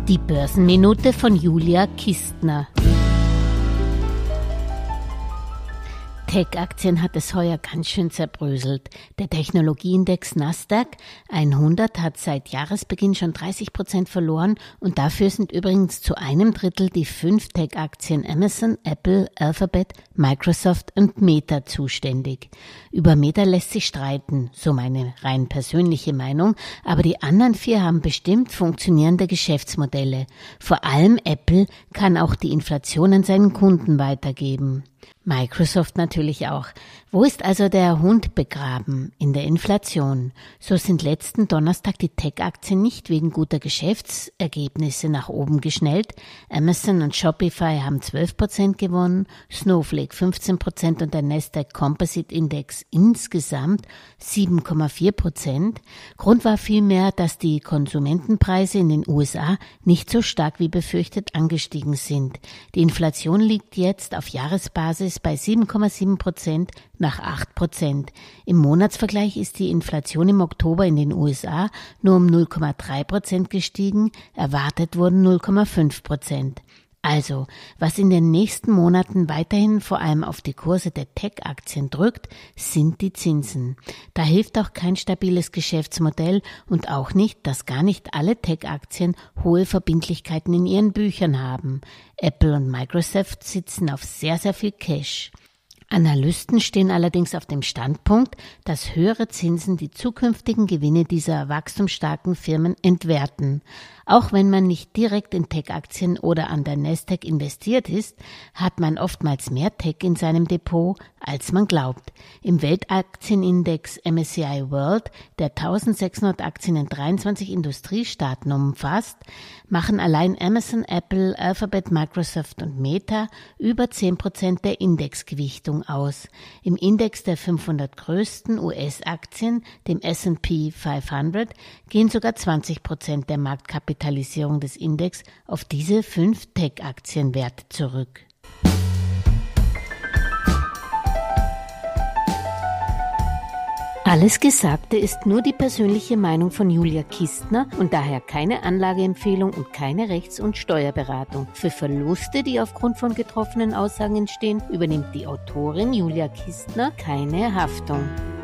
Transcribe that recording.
Die Börsenminute von Julia Kistner. Tech-Aktien hat es heuer ganz schön zerbröselt. Der Technologieindex Nasdaq 100 hat seit Jahresbeginn schon 30% verloren und dafür sind übrigens zu einem Drittel die 5 Tech-Aktien Amazon, Apple, Alphabet, Microsoft und Meta zuständig. Über Meta lässt sich streiten, so meine rein persönliche Meinung, aber die anderen 4 haben bestimmt funktionierende Geschäftsmodelle. Vor allem Apple kann auch die Inflation an seinen Kunden weitergeben. Microsoft natürlich auch. Wo ist also der Hund begraben? In der Inflation. So sind letzten Donnerstag die Tech-Aktien nicht wegen guter Geschäftsergebnisse nach oben geschnellt. Amazon und Shopify haben 12% gewonnen, Snowflake 15% und der Nasdaq Composite Index insgesamt 7,4%. Grund war vielmehr, dass die Konsumentenpreise in den USA nicht so stark wie befürchtet angestiegen sind. Die Inflation liegt jetzt auf Jahresbasis bei 7,7% nach 8%. Im Monatsvergleich ist die Inflation im Oktober in den USA nur um 0,3% gestiegen, erwartet wurden 0,5%. Also, was in den nächsten Monaten weiterhin vor allem auf die Kurse der Tech-Aktien drückt, sind die Zinsen. Da hilft auch kein stabiles Geschäftsmodell und auch nicht, dass gar nicht alle Tech-Aktien hohe Verbindlichkeiten in ihren Büchern haben. Apple und Microsoft sitzen auf sehr, sehr viel Cash. Analysten stehen allerdings auf dem Standpunkt, dass höhere Zinsen die zukünftigen Gewinne dieser wachstumsstarken Firmen entwerten. Auch wenn man nicht direkt in Tech-Aktien oder an der Nasdaq investiert ist, hat man oftmals mehr Tech in seinem Depot, als man glaubt. Im Weltaktienindex MSCI World, der 1600 Aktien in 23 Industriestaaten umfasst, machen allein Amazon, Apple, Alphabet, Microsoft und Meta über 10% der Indexgewichtung aus. Im Index der 500 größten US-Aktien, dem S&P 500, gehen sogar 20% der Marktkapitalisierung des Index auf diese 5 Tech-Aktienwerte zurück. Alles Gesagte ist nur die persönliche Meinung von Julia Kistner und daher keine Anlageempfehlung und keine Rechts- und Steuerberatung. Für Verluste, die aufgrund von getroffenen Aussagen entstehen, übernimmt die Autorin Julia Kistner keine Haftung.